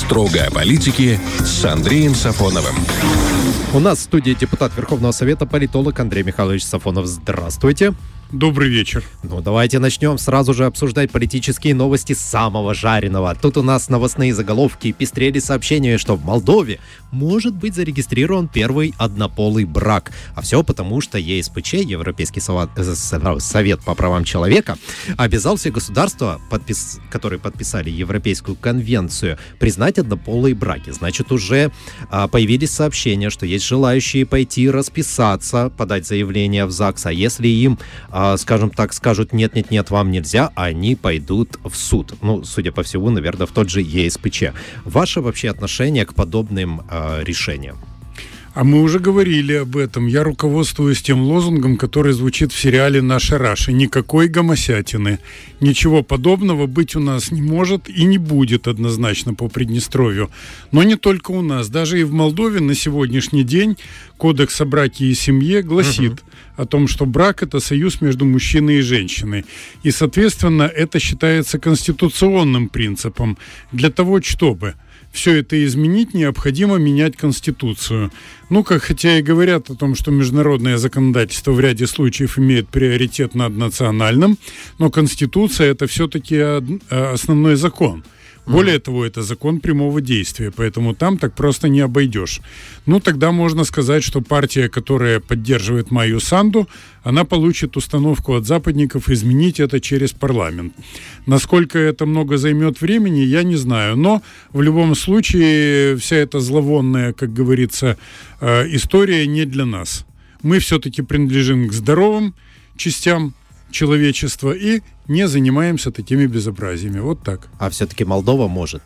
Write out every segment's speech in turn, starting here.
Строго о политике с Андреем Сафоновым. У нас в студии депутат Верховного Совета, политолог Андрей Михайлович Сафонов. Здравствуйте. Добрый вечер. Давайте начнем сразу же обсуждать политические новости самого жареного. Тут у нас новостные заголовки пестрели сообщениями, что в Молдове может быть зарегистрирован первый однополый брак. А все потому, что ЕСПЧ, Европейский Совет по правам человека, обязал все государства, которые подписали Европейскую конвенцию, признать однополые браки. Значит, уже появились сообщения, что есть желающие пойти расписаться, подать заявление в ЗАГС, а если им скажем так, скажут нет, вам нельзя, а они пойдут в суд. Судя по всему, наверное, в тот же ЕСПЧ. Ваше вообще отношение к подобным решениям? А мы уже говорили об этом. Я руководствуюсь тем лозунгом, который звучит в сериале «Наша Раша». Никакой гомосятины. Ничего подобного быть у нас не может и не будет однозначно по Приднестровью. Но не только у нас. Даже и в Молдове на сегодняшний день Кодекс о браке и семье гласит о том, что брак – это союз между мужчиной и женщиной. И, соответственно, это считается конституционным принципом. Для того, чтобы все это изменить, необходимо менять Конституцию. Хотя и говорят о том, что международное законодательство в ряде случаев имеет приоритет над национальным, но Конституция – это все-таки основной закон. Более того, это закон прямого действия, поэтому там так просто не обойдешь. Тогда можно сказать, что партия, которая поддерживает Майю Санду, она получит установку от западников изменить это через парламент. Насколько это много займет времени, я не знаю. Но в любом случае вся эта зловонная, как говорится, история не для нас. Мы все-таки принадлежим к здоровым частям человечества и не занимаемся такими безобразиями. Вот так. А все-таки Молдова может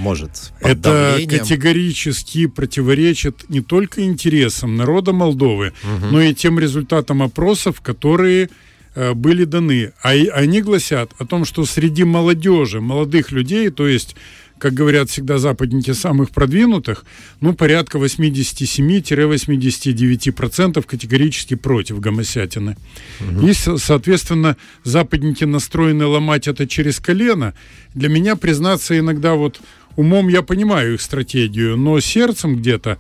это давлением категорически противоречит не только интересам народа Молдовы, но и тем результатам опросов, которые были даны. А они гласят о том, что среди молодежи, молодых людей, то есть, как говорят всегда западники, самых продвинутых, порядка 87-89% категорически против гомосятины. И, соответственно, западники настроены ломать это через колено. Для меня, признаться, иногда умом я понимаю их стратегию, но сердцем где-то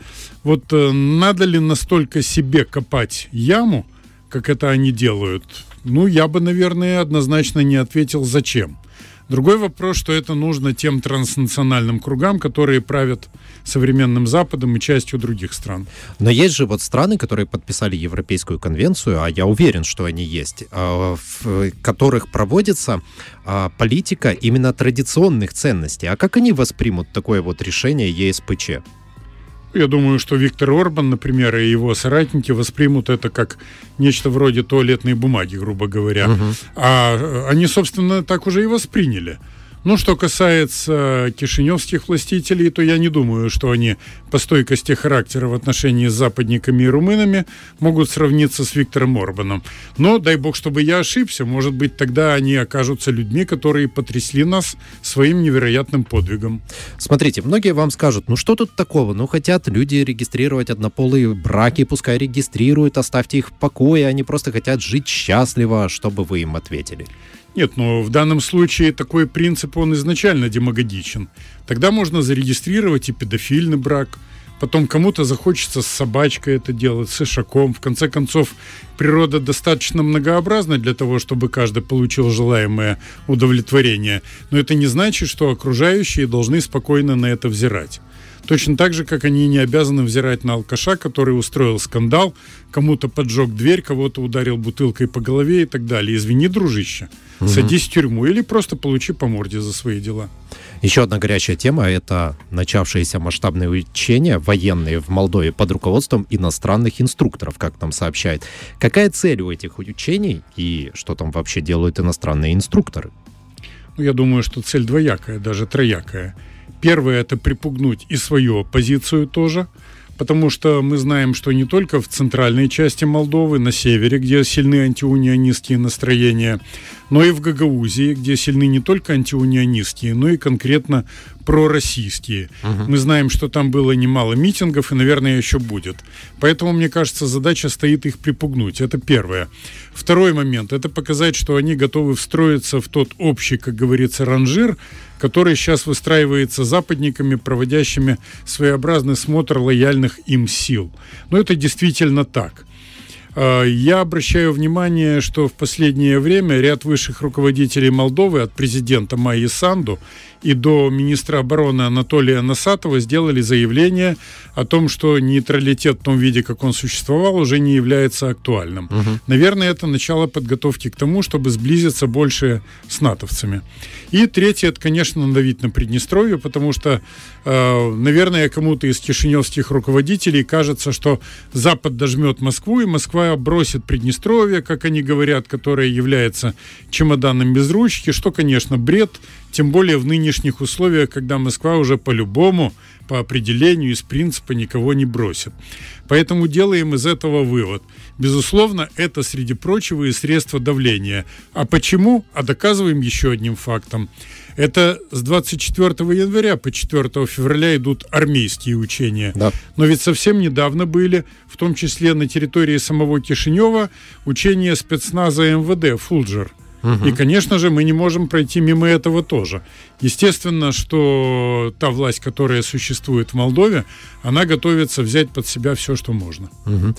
надо ли настолько себе копать яму, как это они делают? Я бы, наверное, однозначно не ответил, зачем. Другой вопрос, что это нужно тем транснациональным кругам, которые правят современным Западом и частью других стран. Но есть же страны, которые подписали Европейскую конвенцию, а я уверен, что они есть, в которых проводится политика именно традиционных ценностей. А как они воспримут такое решение ЕСПЧ? Я думаю, что Виктор Орбан, например, и его соратники воспримут это как нечто вроде туалетной бумаги, грубо говоря. А они, собственно, так уже и восприняли. Что касается кишиневских властителей, то я не думаю, что они по стойкости характера в отношении с западниками и румынами могут сравниться с Виктором Орбаном. Но, дай бог, чтобы я ошибся, может быть, тогда они окажутся людьми, которые потрясли нас своим невероятным подвигом. Смотрите, многие вам скажут, что тут такого? Хотят люди регистрировать однополые браки, пускай регистрируют, оставьте их в покое, они просто хотят жить счастливо. Что бы вы им ответили? Нет, в данном случае такой принцип, он изначально демагогичен. Тогда можно зарегистрировать и педофильный брак, потом кому-то захочется с собачкой это делать, с ишаком. В конце концов, природа достаточно многообразна для того, чтобы каждый получил желаемое удовлетворение. Но это не значит, что окружающие должны спокойно на это взирать. Точно так же, как они не обязаны взирать на алкаша, который устроил скандал, кому-то поджег дверь, кого-то ударил бутылкой по голове и так далее. Извини, дружище, садись в тюрьму или просто получи по морде за свои дела. Еще одна горячая тема – это начавшиеся масштабные учения военные в Молдове под руководством иностранных инструкторов, как нам сообщают. Какая цель у этих учений и что там вообще делают иностранные инструкторы? Я думаю, что цель двоякая, даже троякая. Первое – это припугнуть и свою оппозицию тоже, потому что мы знаем, что не только в центральной части Молдовы, на севере, где сильны антиунионистские настроения, но и в Гагаузии, где сильны не только антиунионистские, но и конкретно пророссийские. Мы знаем, что там было немало митингов и, наверное, еще будет. Поэтому, мне кажется, задача стоит их припугнуть. Это первое. Второй момент – это показать, что они готовы встроиться в тот общий, как говорится, ранжир, который сейчас выстраивается западниками, проводящими своеобразный смотр лояльных им сил. Но это действительно так. Я обращаю внимание, что в последнее время ряд высших руководителей Молдовы, от президента Майи Санду и до министра обороны Анатолия Насатова, сделали заявление о том, что нейтралитет в том виде, как он существовал, уже не является актуальным. Наверное, это начало подготовки к тому, чтобы сблизиться больше с натовцами. И третье, это, конечно, надавить на Приднестровье, потому что, наверное, кому-то из кишиневских руководителей кажется, что Запад дожмет Москву, и Москва бросит Приднестровье, как они говорят, которое является чемоданом без ручки, что, конечно, бред, тем более в нынешних условиях, когда Москва уже по-любому, по определению, из принципа никого не бросит. Поэтому делаем из этого вывод. Безусловно, это, среди прочего, и средство давления. А почему? А доказываем еще одним фактом. Это с 24 января по 4 февраля идут армейские учения. Да. Но ведь совсем недавно были, в том числе на территории самого Кишинева, учения спецназа МВД «Фулджер». И, конечно же, мы не можем пройти мимо этого тоже. Естественно, что та власть, которая существует в Молдове, она готовится взять под себя все, что можно.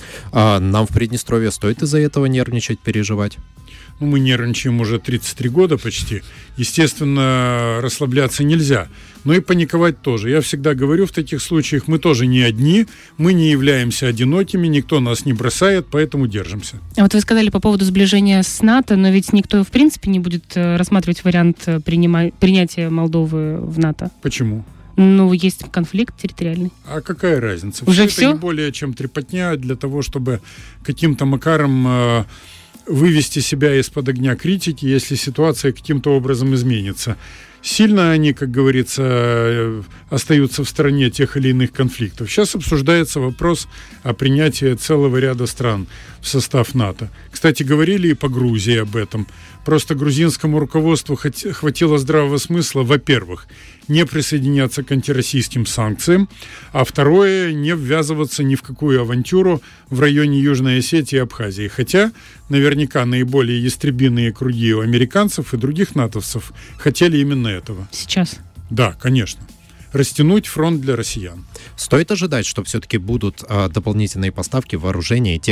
А нам в Приднестровье стоит из-за этого нервничать, переживать? Ну, мы нервничаем уже 33 года почти. Естественно, расслабляться нельзя. Но и паниковать тоже. Я всегда говорю в таких случаях, мы тоже не одни, мы не являемся одинокими, никто нас не бросает, поэтому держимся. А вот вы сказали по поводу сближения с НАТО, но ведь никто в принципе не будет рассматривать вариант принятия Молдовы в НАТО. Почему? Ну, есть конфликт территориальный. А какая разница? Уже все? Это не более чем трепотня для того, чтобы каким-то макаром вывести себя из-под огня критики, если ситуация каким-то образом изменится. Сильно они, как говорится, остаются в стороне тех или иных конфликтов. Сейчас обсуждается вопрос о принятии целого ряда стран в состав НАТО. Кстати, говорили и по Грузии об этом. Просто грузинскому руководству хватило здравого смысла, во-первых, не присоединяться к антироссийским санкциям, а второе, не ввязываться ни в какую авантюру в районе Южной Осетии и Абхазии. Хотя наверняка наиболее ястребиные круги у американцев и других натовцев хотели именно этого. Сейчас? Да, конечно. Растянуть фронт для россиян. Стоит ожидать, что все-таки будут дополнительные поставки вооружения и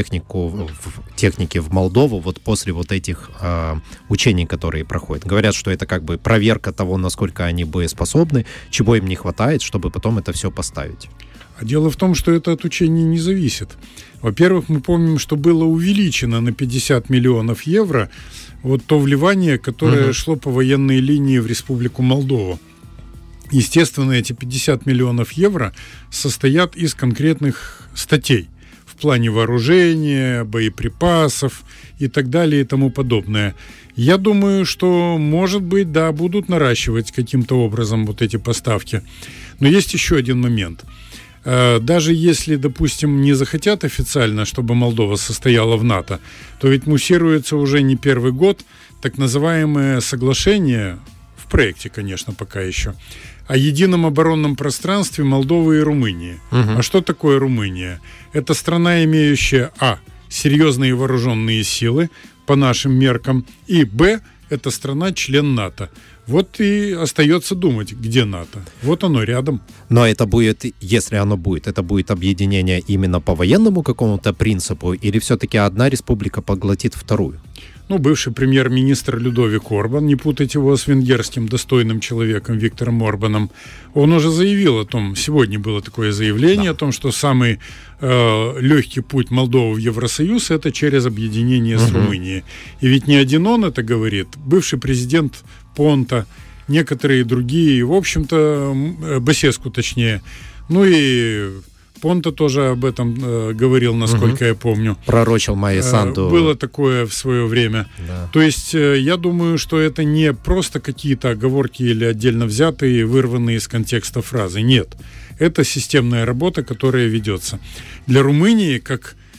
техники в Молдову вот после вот этих учений, которые проходят. Говорят, что это как бы проверка того, насколько они боеспособны, чего им не хватает, чтобы потом это все поставить. А дело в том, что это от учений не зависит. Во-первых, мы помним, что было увеличено на 50 миллионов евро вот то вливание, которое шло по военной линии в Республику Молдова. Естественно, эти 50 миллионов евро состоят из конкретных статей в плане вооружения, боеприпасов и так далее и тому подобное. Я думаю, что, может быть, да, будут наращивать каким-то образом вот эти поставки. Но есть еще один момент. Даже если, допустим, не захотят официально, чтобы Молдова состояла в НАТО, то ведь муссируется уже не первый год так называемое соглашение, в проекте, конечно, пока еще, о едином оборонном пространстве Молдовы и Румынии. А что такое Румыния? Это страна, имеющая серьезные вооруженные силы по нашим меркам, и это страна-член НАТО. Вот и остается думать, где НАТО. Вот оно рядом. Но это будет, если оно будет, это будет объединение именно по военному какому-то принципу, или все-таки одна республика поглотит вторую? Ну, бывший премьер-министр Людовик Орбан, не путать его с венгерским достойным человеком Виктором Орбаном, он уже заявил о том, сегодня было такое заявление, о том, что самый легкий путь Молдовы в Евросоюз – это через объединение с Румынией. И ведь не один он это говорит, бывший президент Понта, некоторые другие, в общем-то, Басеску точнее, ну и Понта тоже об этом говорил, насколько я помню. Пророчил Майя Санду. Было такое в свое время. Да. То есть я думаю, что это не просто какие-то оговорки или отдельно взятые, вырванные из контекста фразы. Нет. Это системная работа, которая ведется. Для Румынии, как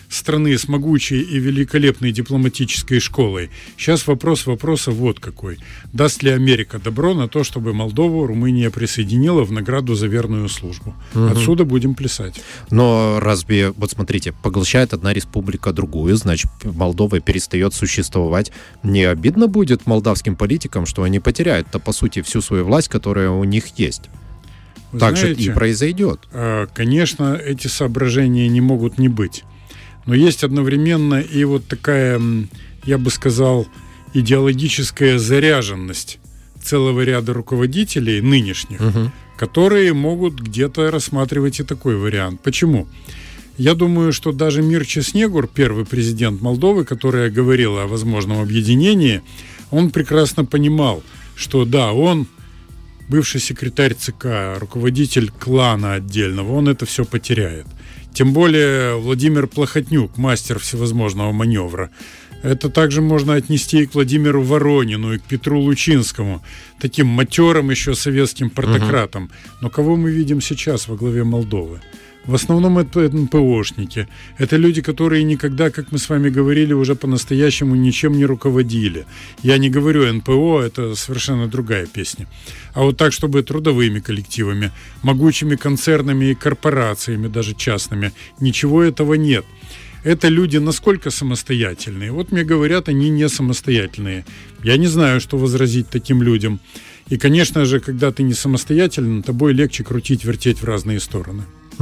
страны с могучей и великолепной дипломатической школой. Сейчас вопрос вопроса вот какой. Даст ли Америка добро на то, чтобы Молдову Румыния присоединила в награду за верную службу? Отсюда будем плясать. Но разве, вот смотрите, поглощает одна республика другую, значит, Молдова перестает существовать. Не обидно будет молдавским политикам, что они потеряют-то, по сути, всю свою власть, которая у них есть? Вы Так знаете, же и произойдет. Конечно, эти соображения не могут не быть. Но есть одновременно и вот такая, я бы сказал, идеологическая заряженность целого ряда руководителей нынешних, которые могут где-то рассматривать и такой вариант. Почему? Я думаю, что даже Мирча Снегур, первый президент Молдовы, которая говорила о возможном объединении, он прекрасно понимал, что да, он бывший секретарь ЦК, руководитель клана отдельного, он это все потеряет. Тем более Владимир Плохотнюк, мастер всевозможного маневра. Это также можно отнести и к Владимиру Воронину, и к Петру Лучинскому, таким матерым еще советским портократам. Но кого мы видим сейчас во главе Молдовы? В основном это НПОшники. Это люди, которые никогда, как мы с вами говорили, уже по-настоящему ничем не руководили. Я не говорю НПО, это совершенно другая песня. А вот так, чтобы трудовыми коллективами, могучими концернами и корпорациями, даже частными, ничего этого нет. Это люди насколько самостоятельные? Вот мне говорят, они не самостоятельные. Я не знаю, что возразить таким людям. И, конечно же, когда ты не самостоятельный, тобой легче крутить, вертеть в разные стороны.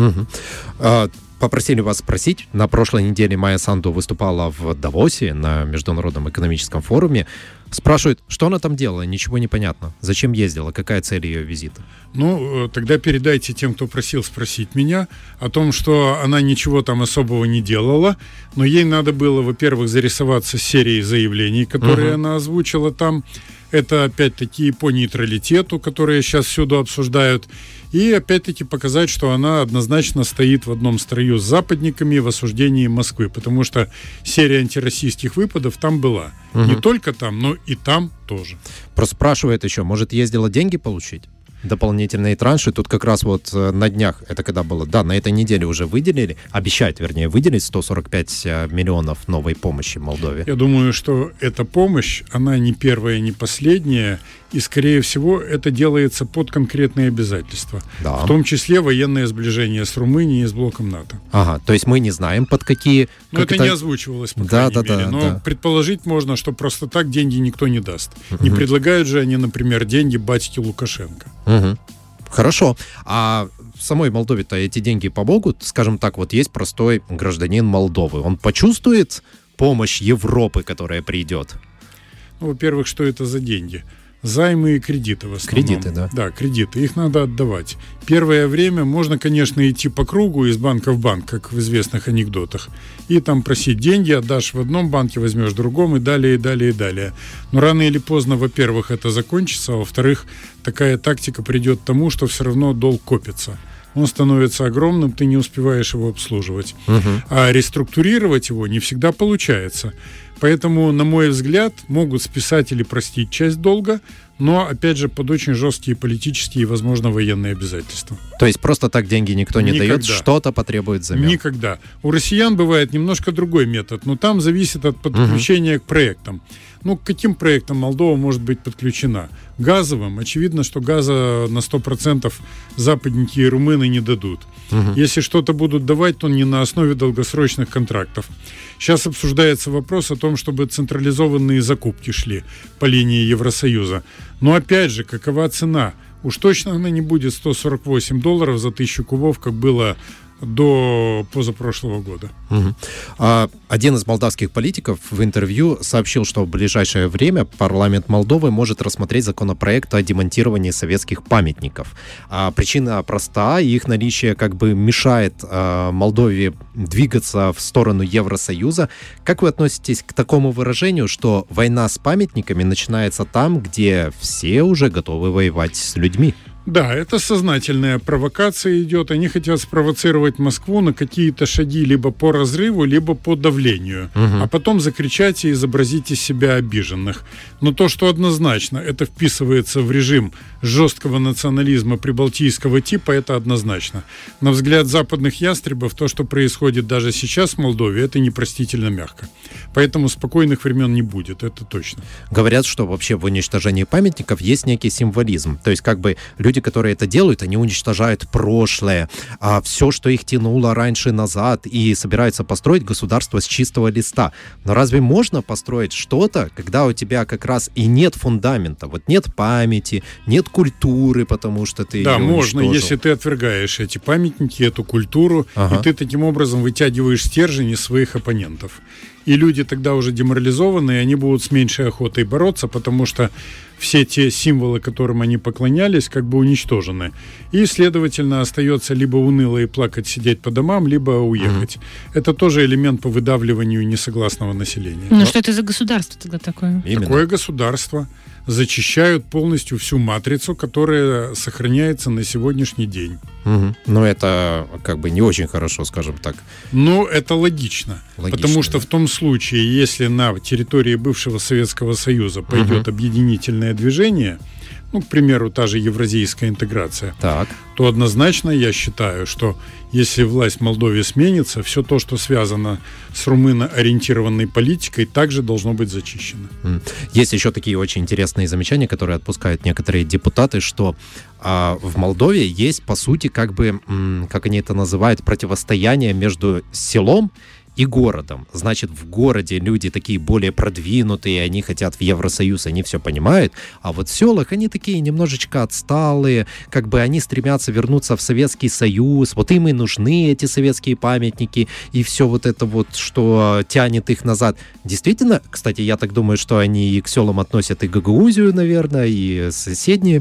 Попросили вас спросить. На прошлой неделе Майя Санду выступала в Давосе на Международном экономическом форуме. Спрашивают, что она там делала, ничего не понятно. Зачем ездила, какая цель ее визита? Ну, тогда передайте тем, кто просил спросить меня о том, что она ничего там особого не делала, но ей надо было, во-первых, зарисоваться с серией заявлений, которые она озвучила там. Это, опять-таки, по нейтралитету, которые сейчас всюду обсуждают. И, опять-таки, показать, что она однозначно стоит в одном строю с западниками в осуждении Москвы. Потому что серия антироссийских выпадов там была. Не только там, но и там тоже. Просто спрашивает еще, может, ездила деньги получить? Дополнительные транши. Тут как раз вот на днях, это когда было, да, на этой неделе уже выделили, обещают, вернее, выделить 145 миллионов новой помощи Молдове. Я думаю, что эта помощь, она не первая, не последняя, и, скорее всего, это делается под конкретные обязательства. Да. В том числе военное сближение с Румынией и с блоком НАТО. Ага, то есть мы не знаем, под какие... Но это не озвучивалось, по крайней мере. Но предположить можно, что просто так деньги никто не даст. Не предлагают же они, например, деньги батьке Лукашенко. Хорошо. А в самой Молдове-то эти деньги помогут? Скажем так, вот есть простой гражданин Молдовы. Он почувствует помощь Европы, которая придет? Ну, во-первых, что это за деньги? Займы и кредиты в основном. Кредиты, да? Да, кредиты. Их надо отдавать. Первое время можно, конечно, идти по кругу из банка в банк, как в известных анекдотах, и там просить деньги, отдашь в одном банке, возьмешь в другом, и далее, и далее, и далее. Но рано или поздно, во-первых, это закончится, а во-вторых, такая тактика придет к тому, что все равно долг копится. Он становится огромным, ты не успеваешь его обслуживать. А реструктурировать его не всегда получается. Поэтому, на мой взгляд, могут списать или простить часть долга, но, опять же, под очень жесткие политические и, возможно, военные обязательства. То есть просто так деньги никто не дает, что-то потребует взамен? Никогда. У россиян бывает немножко другой метод, но там зависит от подключения к проектам. Ну, к каким проектам Молдова может быть подключена? Газовым. Очевидно, что газа на 100% западники и румыны не дадут. Если что-то будут давать, то не на основе долгосрочных контрактов. Сейчас обсуждается вопрос о том, чтобы централизованные закупки шли по линии Евросоюза. Но опять же, какова цена? Уж точно она не будет $148 за 1000 кубов, как было до позапрошлого года. Один из молдавских политиков в интервью сообщил, что в ближайшее время парламент Молдовы может рассмотреть законопроект о демонтировании советских памятников. Причина проста, их наличие как бы мешает Молдове двигаться в сторону Евросоюза. Как вы относитесь к такому выражению, что война с памятниками начинается там, где все уже готовы воевать с людьми? Да, это сознательная провокация идет. Они хотят спровоцировать Москву на какие-то шаги либо по разрыву, либо по давлению. А потом закричать и изобразить из себя обиженных. Но то, что однозначно это вписывается в режим жесткого национализма прибалтийского типа, это однозначно. На взгляд западных ястребов, то, что происходит даже сейчас в Молдове, это непростительно мягко. Поэтому спокойных времен не будет, это точно. Говорят, что вообще в уничтожении памятников есть некий символизм. То есть как бы люди, которые это делают, они уничтожают прошлое, а все, что их тянуло раньше назад, и собираются построить государство с чистого листа. Но разве можно построить что-то, когда у тебя как раз и нет фундамента? Вот нет памяти, нет культуры, потому что ты Да, ее можно, уничтожил. если ты отвергаешь эти памятники, эту культуру, Ага. и ты таким образом вытягиваешь стержень из своих оппонентов. И люди тогда уже деморализованы, и они будут с меньшей охотой бороться, потому что все те символы, которым они поклонялись, как бы уничтожены. И, следовательно, остается либо уныло и плакать, сидеть по домам, либо уехать. Это тоже элемент по выдавливанию несогласного населения. Ну что это за государство тогда такое? Именно. Такое государство зачищают полностью всю матрицу, которая сохраняется на сегодняшний день. Мгм. Но это как бы не очень хорошо, скажем так. Но это логично. Логично, Потому что да. в том случае, если на территории бывшего Советского Союза пойдет объединительное движение, ну, к примеру, та же евразийская интеграция, Так. то однозначно я считаю, что если власть в Молдове сменится, все то, что связано с румыно-ориентированной политикой, также должно быть зачищено. Есть еще такие очень интересные замечания, которые отпускают некоторые депутаты, что в Молдове есть, по сути, как бы, как они это называют, противостояние между селом и городом. Значит, в городе люди такие более продвинутые, они хотят в Евросоюз, они все понимают, а вот в селах они такие немножечко отсталые, как бы они стремятся вернуться в Советский Союз, вот им и нужны эти советские памятники, и все вот это вот, что тянет их назад. Действительно, кстати, я так думаю, что они и к селам относят и Гагаузию, наверное, и соседние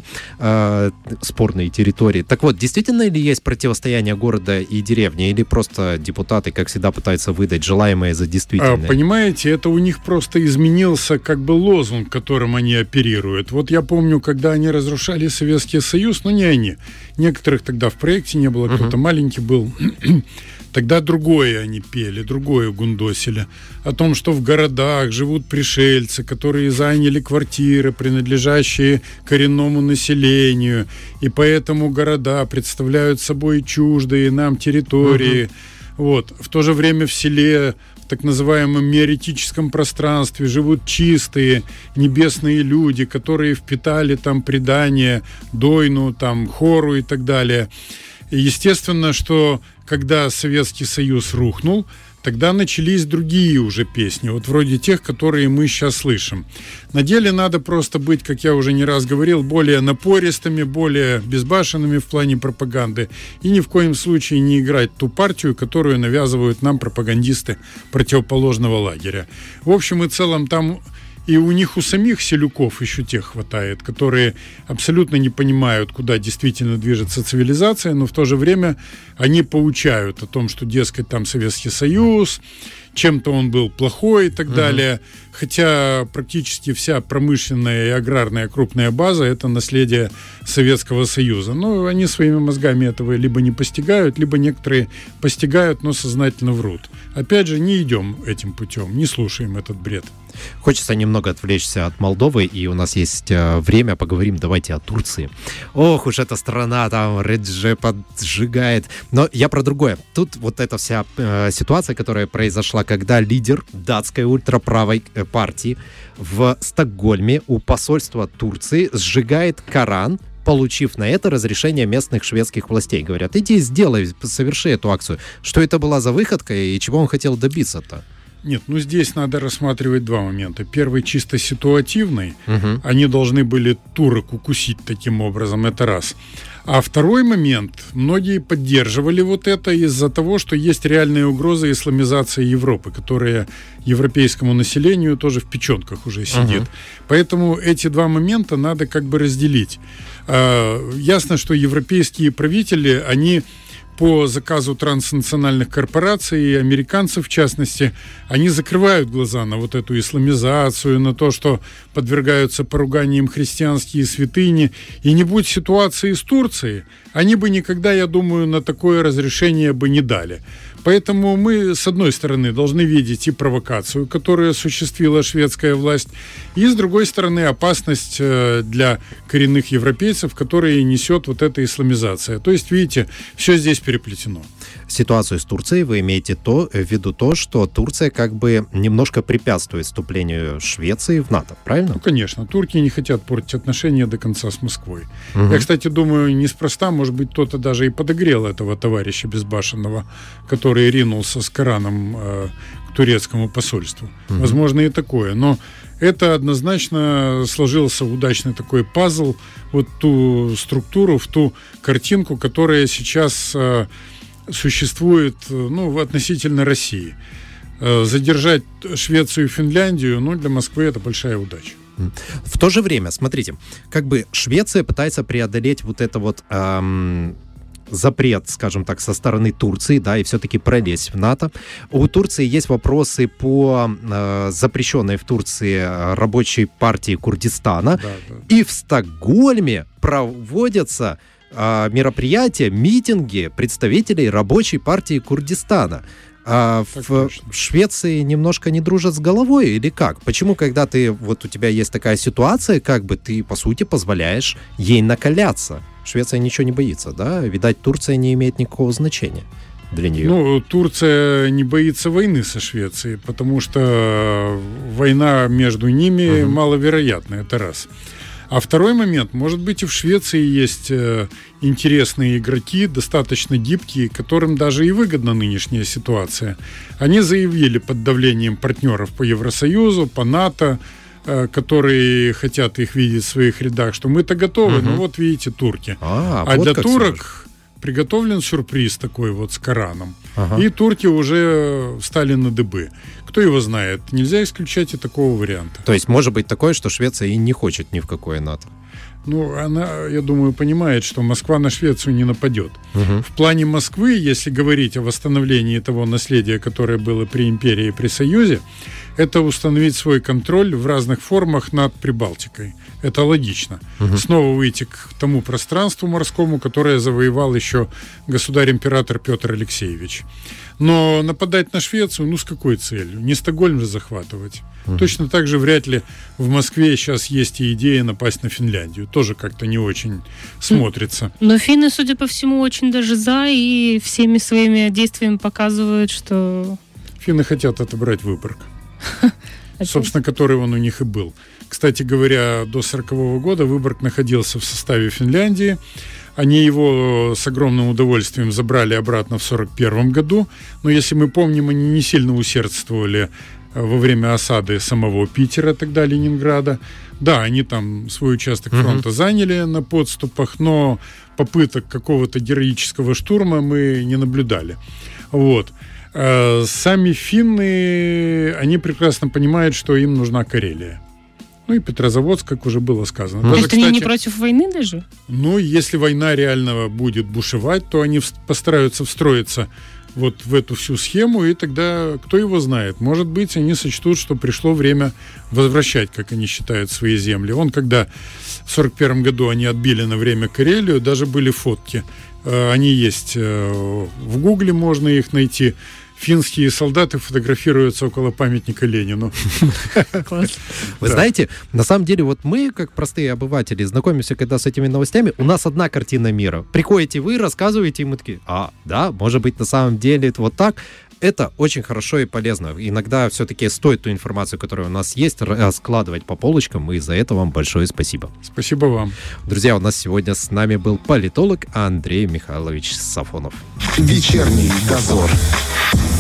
спорные территории. Так вот, действительно ли есть противостояние города и деревни, или просто депутаты, как всегда, пытаются выдать желаемое за действительное? Понимаете, это у них просто изменился как бы лозунг, которым они оперируют. Вот я помню, когда они разрушали Советский Союз, но не они. Некоторых тогда в проекте не было, кто-то маленький был. Тогда другое они пели, другое гундосили. О том, что в городах живут пришельцы, которые заняли квартиры, принадлежащие коренному населению. И поэтому города представляют собой чуждые нам территории. Вот. В то же время в селе, в так называемом миоретическом пространстве живут чистые небесные люди, которые впитали там предания Дойну, там Хору и так далее. И естественно, что когда Советский Союз рухнул, тогда начались другие уже песни, вот вроде тех, которые мы сейчас слышим. На деле надо просто быть, как я уже не раз говорил, более напористыми, более безбашенными в плане пропаганды и ни в коем случае не играть ту партию, которую навязывают нам пропагандисты противоположного лагеря. В общем и целом там и у них у самих селюков еще тех хватает, которые абсолютно не понимают, куда действительно движется цивилизация, но в то же время они поучают о том, что, дескать, там Советский Союз, чем-то он был плохой и так далее. Хотя практически вся промышленная и аграрная крупная база – это наследие Советского Союза. Но они своими мозгами этого либо не постигают, либо некоторые постигают, но сознательно врут. Опять же, не идем этим путем, не слушаем этот бред. Хочется немного отвлечься от Молдовы, и у нас есть время, поговорим давайте о Турции. Ох уж эта страна, там Реджеп поджигает. Но я про другое. Тут вот эта вся ситуация, которая произошла, когда лидер датской ультраправой партии в Стокгольме у посольства Турции сжигает Коран, получив на это разрешение местных шведских властей. Говорят, иди сделай, соверши эту акцию. Что это была за выходка и чего он хотел добиться-то? Нет, ну здесь надо рассматривать два момента. Первый чисто ситуативный. Они должны были турок укусить таким образом, это раз. А второй момент. Многие поддерживали вот это из-за того, что есть реальная угроза исламизации Европы, которая европейскому населению тоже в печенках уже сидит. Поэтому эти два момента надо как бы разделить. Ясно, что европейские правители, они по заказу транснациональных корпораций и американцев, в частности, они закрывают глаза на вот эту исламизацию, на то, что подвергаются поруганиям христианские святыни. И не будь ситуации с Турцией, они бы никогда, я думаю, на такое разрешение бы не дали. Поэтому мы, с одной стороны, должны видеть и провокацию, которую осуществила шведская власть, и, с другой стороны, опасность для коренных европейцев, которые несет вот эта исламизация. То есть, видите, все здесь переплетено. Ситуацию с Турцией вы имеете в виду то, что Турция как бы немножко препятствует вступлению Швеции в НАТО, правильно? Ну, конечно. Турки не хотят портить отношения до конца с Москвой. Я, кстати, думаю, неспроста, может быть, кто-то даже и подогрел этого товарища безбашенного, который ринулся с Кораном к турецкому посольству. Возможно, и такое. Но это однозначно сложился удачный такой пазл, вот ту структуру, в ту картинку, которая сейчас существует, ну, относительно России. Задержать Швецию и Финляндию, ну, для Москвы это большая удача. В то же время, смотрите, как бы Швеция пытается преодолеть вот это вот запрет, скажем так, со стороны Турции, да, и все-таки пролезть в НАТО. У Турции есть вопросы по запрещенной в Турции рабочей партии Курдистана. Да. И в Стокгольме проводятся мероприятия, митинги представителей рабочей партии Курдистана. В Швеции немножко не дружат с головой или как? Почему, когда у тебя есть такая ситуация, как бы ты, по сути, позволяешь ей накаляться? Швеция ничего не боится, да? Видать, Турция не имеет никакого значения для нее. Ну, Турция не боится войны со Швецией, потому что война между ними маловероятна, это раз. А второй момент, может быть, и в Швеции есть интересные игроки, достаточно гибкие, которым даже и выгодна нынешняя ситуация. Они заявили под давлением партнеров по Евросоюзу, по НАТО, которые хотят их видеть в своих рядах, что мы-то готовы, но вот видите, турки. А вот для турок приготовлен сюрприз такой вот с Кораном. И турки уже встали на дыбы. Кто его знает? Нельзя исключать и такого варианта. То есть может быть такое, что Швеция и не хочет ни в какое НАТО? Ну, она, я думаю, понимает, что Москва на Швецию не нападет. В плане Москвы, если говорить о восстановлении того наследия, которое было при империи и при Союзе, это установить свой контроль в разных формах над Прибалтикой. Это логично. Снова выйти к тому пространству морскому, которое завоевал еще государь-император Петр Алексеевич. Но нападать на Швецию, ну, с какой целью? Не Стокгольм же захватывать. Точно так же вряд ли в Москве сейчас есть и идея напасть на Финляндию. Тоже как-то не очень смотрится. Но финны, судя по всему, очень даже за и всеми своими действиями показывают, что... Финны хотят отобрать Выборг. Собственно, который он у них и был. Кстати говоря, до 1940 года Выборг находился в составе Финляндии. Они его с огромным удовольствием забрали обратно в 1941 году. Но, если мы помним, они не сильно усердствовали во время осады самого Питера, тогда Ленинграда. Да, они там свой участок фронта заняли на подступах, но попыток какого-то героического штурма мы не наблюдали. Вот. Сами финны, они прекрасно понимают, что им нужна Карелия. Ну и Петрозаводск, как уже было сказано. Даже, кстати, они не против войны даже? Ну, если война реально будет бушевать, то они постараются встроиться вот в эту всю схему, и тогда, кто его знает, может быть, они сочтут, что пришло время возвращать, как они считают, свои земли. Когда в 1941 году они отбили на время Карелию, даже были фотки. Они есть в Гугле, можно их найти. Финские солдаты фотографируются около памятника Ленину. Вы знаете, на самом деле, вот мы, как простые обыватели, знакомимся когда с этими новостями, у нас одна картина мира. Приходите вы, рассказываете, и мы такие, да, может быть, на самом деле это вот так. Это очень хорошо и полезно. Иногда все-таки стоит ту информацию, которая у нас есть, раскладывать по полочкам, и за это вам большое спасибо. Спасибо вам. Друзья, у нас сегодня с нами был политолог Андрей Михайлович Сафонов. Вечерний дозор.